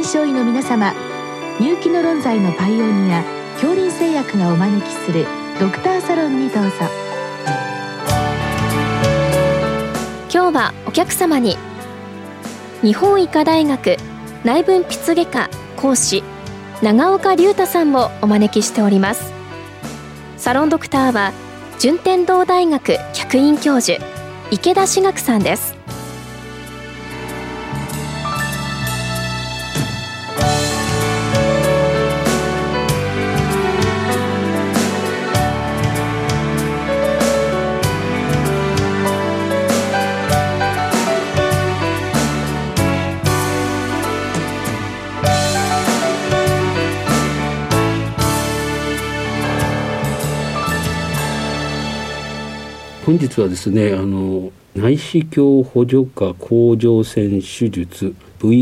症医の皆様、入気の論剤のパイオニア恐林製薬がお招きするドクターサロンにどうぞ。 今日はお客様に日本医科大学内分泌外科講師長岡龍太さんをお招きしております。サロンドクターは順天堂大学客員教授池田志学さんです。 本日はですね、内視鏡補助下甲状腺手術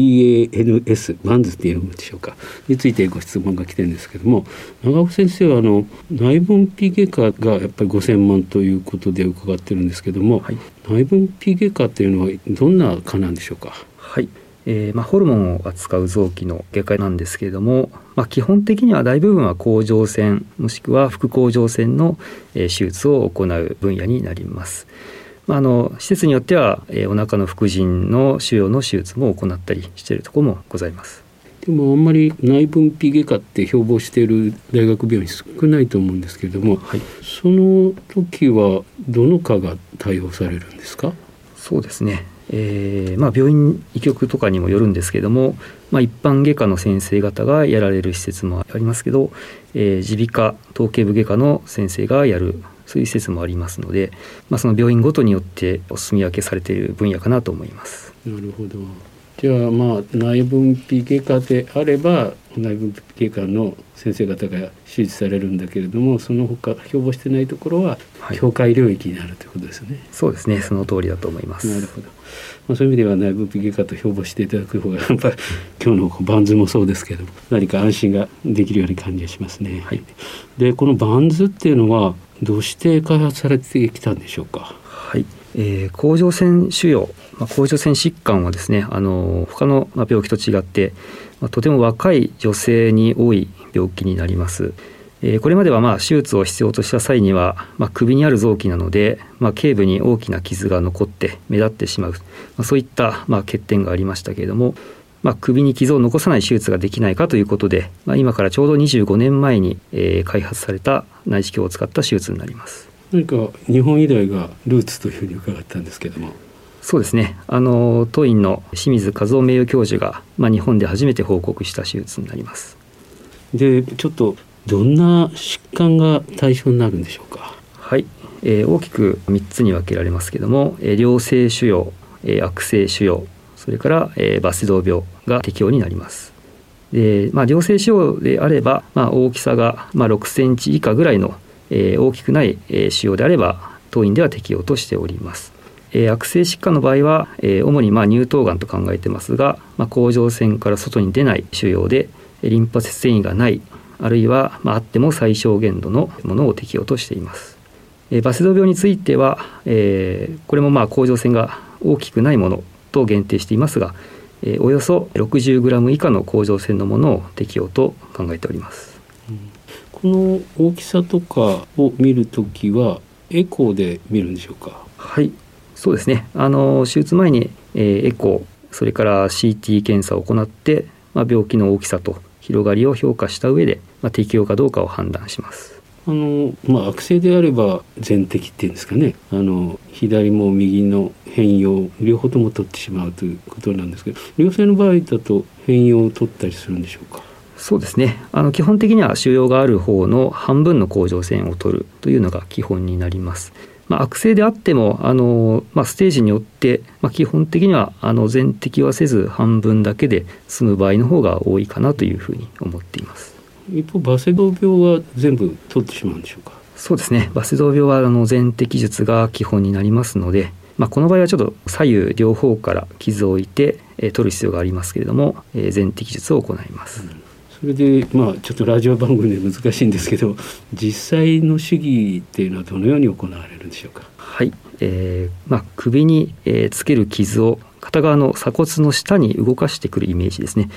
VANS マンズっていうんでしょうかについてご質問が来てるんですけども、長尾先生は内分泌外科がやっぱりご専門ということで伺ってるんですけども、はい、内分泌外科っていうのはどんな科なんでしょうか。 はい、ホルモンを扱う臓器の外科なんですけれども、基本的には大部分は甲状腺もしくは副甲状腺の手術を行う分野になります。施設によってはお腹の副腎の腫瘍の手術も行ったりしているところもございます。 でもあんまり内分泌外科って標榜している大学病院少ないと思うんですけれども、はい、その時はどの科が対応されるんですか。 そうですね、病院医局とかにもよるんですけれども、一般外科の先生方がやられる施設もありますけど、耳鼻科頭頸部外科の先生がやるそういう施設もありますので、その病院ごとによってお住み分けされている分野かなと思います。 なるほど。じゃあ内分泌外科であれば内分泌外科の先生方が手術されるんだけれども、その他標榜してないところは境界領域になるということですね。 そうですね、その通りだと思います。 なるほど。そういう意味では内分泌外科と標榜していただく方がやっぱり今日のバンズもそうですけども何か安心ができるような感じがしますね。はい、でこのバンズっていうのはどうして開発されてきたんでしょうか。 はい、甲状腺腫瘍、甲状腺疾患はですね、他の病気と違って、とても若い女性に多い病気になります。これまでは手術を必要とした際には、首にある臓器なので、頸部に大きな傷が残って目立ってしまう、そういった、欠点がありましたけれども、首に傷を残さない手術ができないかということで、今からちょうど25年前に、開発された内視鏡を使った手術になります。 何か日本医大がルーツというふうに伺ったんですけども。 そうですね、当院の清水和夫名誉教授が、日本で初めて報告した手術になります。 でちょっとどんな疾患が対象になるんでしょうか。 はい、大きく3つに分けられますけども、良性腫瘍、悪性腫瘍、それから、バセドウ病が適用になります。で、良性腫瘍であれば、大きさが、6センチ以下ぐらいの、大きくない、腫瘍であれば当院では適用としております。悪性疾患の場合は、主に乳頭がんと考えてますが、甲状腺から外に出ない腫瘍でリンパ節転移がない、あるいは、あっても最小限度のものを適用としています。バセドウ病については、これも甲状腺が大きくないものと限定していますが、およそ 60g 以下の甲状腺のものを適用と考えております。 この大きさとかを見るときはエコーで見るんでしょうか。 はい、そうですね、手術前に、エコー、それから CT 検査を行って、病気の大きさと広がりを評価した上で、適用かどうかを判断します。 悪性であれば全摘っていうんですかね、左も右の変容両方とも取ってしまうということなんですけど、良性の場合だと変容を取ったりするんでしょうか。 そうですね、基本的には腫瘍がある方の半分の甲状腺を取るというのが基本になります。悪性であってもステージによって、基本的には全摘はせず半分だけで済む場合の方が多いかなというふうに思っています。 一方バセドウ病は全部取ってしまうんでしょうか。 そうですね、バセドウ病は全摘術が基本になりますので、この場合はちょっと左右両方から傷を置いて取る必要がありますけれども、全摘術を行います。 それでちょっとラジオ番組で難しいんですけど、実際の手技っていうのはどのように行われるんでしょうか。 はい、首につける傷を片側の鎖骨の下に動かしてくるイメージですね。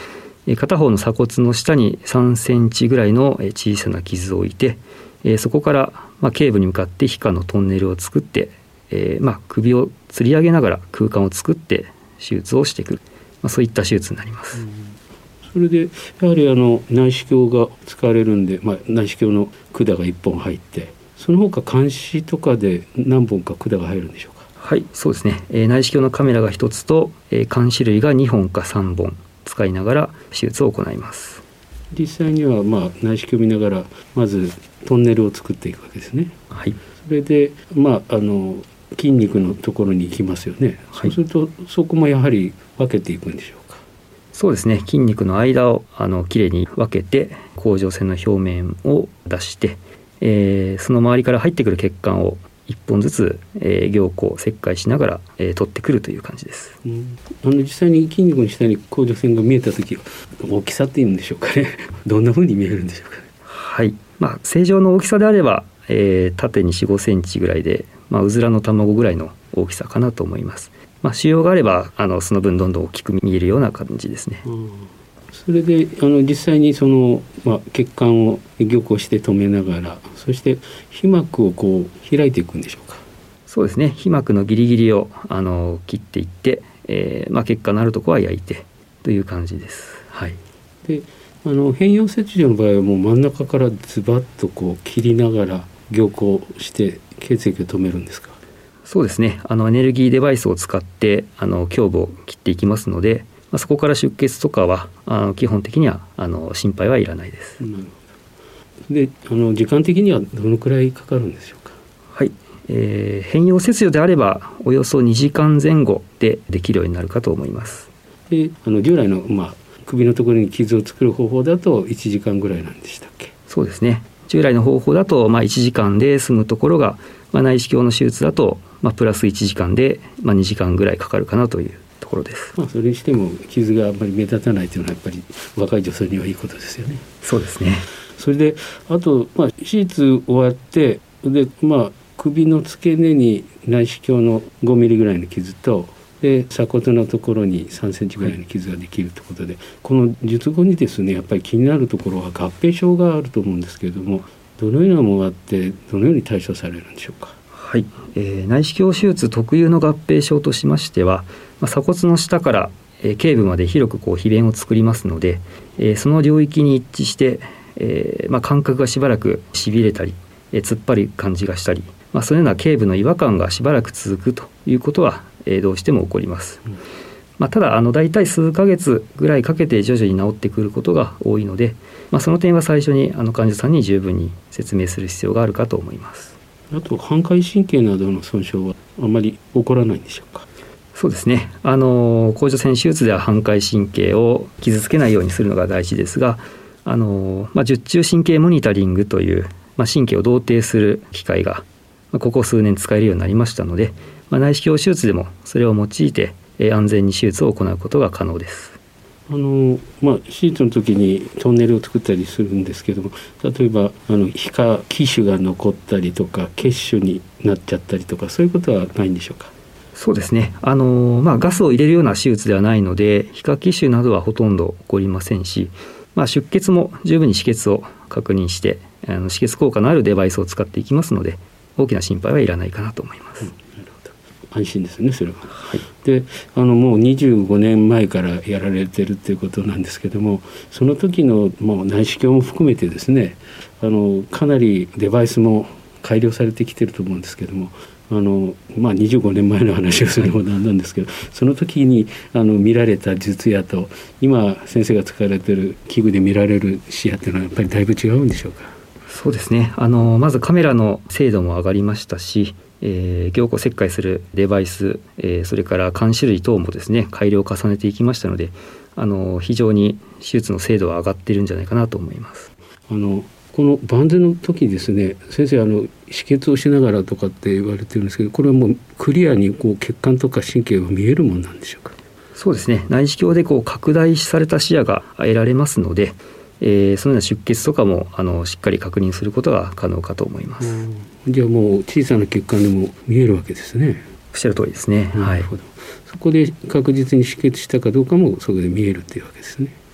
片方の鎖骨の下に3センチぐらいの小さな傷を置いて、そこから頸部に向かって皮下のトンネルを作って、首を吊り上げながら空間を作って手術をしてくる、そういった手術になります。 それでやはり内視鏡が使われるんで、内視鏡の管が1本入って、その他鉗子とかで何本か管が入るんでしょうか。 はい、そうですね。内視鏡のカメラが1つと、鉗子類が2本か3本使いながら手術を行います。 実際には内視鏡見ながらまずトンネルを作っていくわけですね。 はい。 それで筋肉のところに行きますよね。そうするとそこもやはり分けていくんでしょうか。 そうですね。筋肉の間をきれいに分けて甲状腺の表面を出して、その周りから入ってくる血管を1本ずつ、凝固切開しながら、取ってくるという感じです。 実際に筋肉の下に甲状腺が見えた時は大きさっていうんでしょうかね。どんな風に見えるんでしょうか。 はい。正常の大きさであれば、縦に 4,5 センチぐらいで、うずらの卵ぐらいの大きさかなと思います。腫瘍があればその分どんどん大きく見えるような感じですね。 それで実際にその、血管を凝固して止めながら、そして皮膜を開いていくんでしょうか。 そうですね。皮膜のギリギリを切っていって、血管のあるところは焼いてという感じです。はい。 で変容切除の場合はもう真ん中からズバッと切りながら凝固して血液を止めるんですか。 そうですね。エネルギーデバイスを使って胸部を切っていきますので、そこから出血とかは基本的には心配はいらないです。 で時間的にはどのくらいかかるんでしょうか。 はい。変容切除であればおよそ2時間前後でできるようになるかと思います。 で従来の首のところに傷を作る方法だと1時間ぐらいなんでしたっけ。 そうですね。従来の方法だと1時間で済むところが、内視鏡の手術だとプラス1時間で2時間ぐらいかかるかなというところです。 それにしても傷があんまり目立たないというのはやっぱり若い女性にはいいことですよね。 そうですね。 それであと、手術終わってで、首の付け根に内視鏡の5ミリぐらいの傷とで鎖骨のところに3センチぐらいの傷ができるということで、この術後にですねやっぱり気になるところは合併症があると思うんですけれども、どのようなものがあってどのように対処されるんでしょうか。 はい。内視鏡手術特有の合併症としましては、鎖骨の下から頸部まで広く皮弁を作りますので、その領域に一致して、感覚がしばらくしびれたり、突っ張る感じがしたり、そのような頸部の違和感がしばらく続くということは、どうしても起こります。ただだいたい数ヶ月ぐらいかけて徐々に治ってくることが多いので、その点は最初に患者さんに十分に説明する必要があるかと思います。 あと反回神経などの損傷はあまり起こらないんでしょうか。 そうですね。甲状腺手術では反回神経を傷つけないようにするのが大事ですが、術中神経モニタリングという、神経を同定する機械がここ数年使えるようになりましたので、内視鏡手術でもそれを用いて安全に手術を行うことが可能です。 手術の時にトンネルを作ったりするんですけども、例えば皮下気腫が残ったりとか血腫になっちゃったりとか、そういうことはないんでしょうか。 そうですね。ガスを入れるような手術ではないので、皮下気腫などはほとんど起こりませんし、出血も十分に止血を確認して止血効果のあるデバイスを使っていきますので、大きな心配はいらないかなと思います。 安心ですね、それは。はい、でもう25年前からやられてるっていうことなんですけども、その時の内視鏡も含めてですね、かなりデバイスも改良されてきてると思うんですけども、25年前の話をするのもなんなんですけど、その時に見られた術野と今先生が使われている器具で見られる視野っていうのはやっぱりだいぶ違うんでしょうか。 そうですね。まずカメラの精度も上がりましたし、凝固切開するデバイス、それから鉗子類等もですね改良を重ねていきましたので、非常に手術の精度は上がっているんじゃないかなと思います。 このバンゼの時ですね、先生止血をしながらとかって言われてるんですけど、これはもうクリアに血管とか神経が見えるものなんでしょうか。 そうですね。内視鏡で拡大された視野が得られますので、そのような出血とかもしっかり確認することが可能かと思います。 じゃあもう小さな血管でも見えるわけですね。 おっしゃる通りですね。 なるほど。そこで確実に止血したかどうかもそこで見えるっていうわけですね。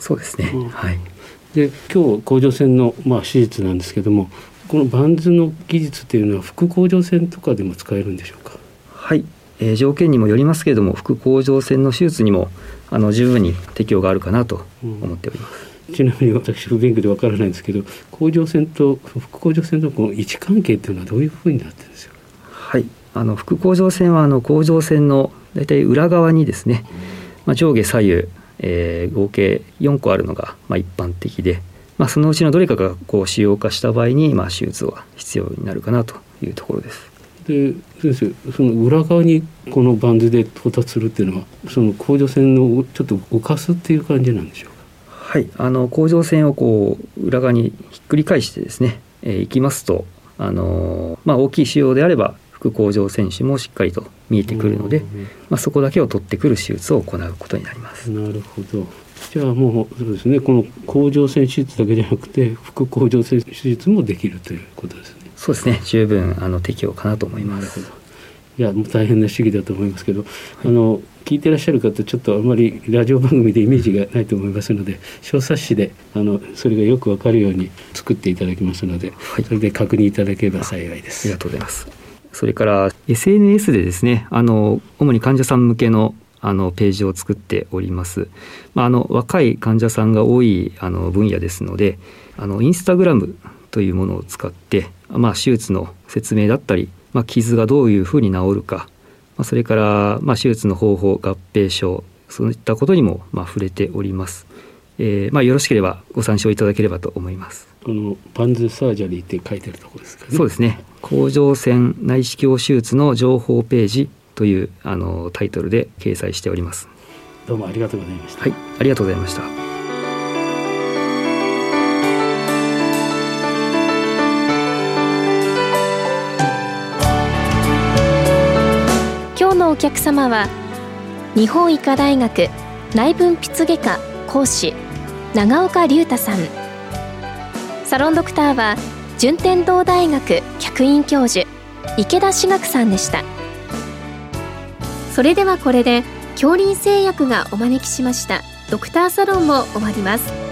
そうですね、はい。 で今日甲状腺の、手術なんですけども、このバンズの技術っていうのは副甲状腺とかでも使えるんでしょうか？ はい、条件にもよりますけれども、副甲状腺の手術にも十分に適用があるかなと思っております。 ちなみに私不勉強でわからないんですけど、甲状腺と副甲状腺のこの位置関係っていうのはどういうふうになってるんですか？ はい、副甲状腺は甲状腺のだいたい裏側にですね、上下左右、合計4個あるのが一般的で、そのうちのどれかが腫瘍化した場合に手術は必要になるかなというところです。 で先生、その裏側にこのバンズで到達するっていうのは、その甲状腺をちょっと浮かすっていう感じなんでしょうか？ はい、甲状腺を裏側にひっくり返してですね、いきますと大きい腫瘍であれば副甲状腺腫もしっかりと見えてくるので、そこだけを取ってくる手術を行うことになります。 なるほど。じゃあもうそうですね、この甲状腺手術だけじゃなくて副甲状腺手術もできるということですね。 そうですね、十分適用かなと思います。 なるほど。いやもう大変な試技だと思いますけど、聞いてらっしゃる方ちょっとあまりラジオ番組でイメージがないと思いますので、小冊子でそれがよくわかるように作っていただきますので、それで確認いただければ幸いです。 ありがとうございます。それから SNS でですね、主に患者さん向けのページを作っております。若い患者さんが多い分野ですので、インスタグラムというものを使って、手術の説明だったり、傷がどういうふうに治るか、それから手術の方法、合併症、そういったことにも触れております。よろしければご参照いただければと思います。 このバンズサージャリーって書いてあるところですかね？ そうですね、甲状腺内視鏡手術の情報ページというタイトルで掲載しております。 どうもありがとうございました。 はい、ありがとうございました。 今日のお客様は日本医科大学内分泌外科講師長岡龍太さん。サロンドクターは順天堂大学客員教授池田志学さんでした。それではこれで杏林製薬がお招きしましたドクターサロンを終わります。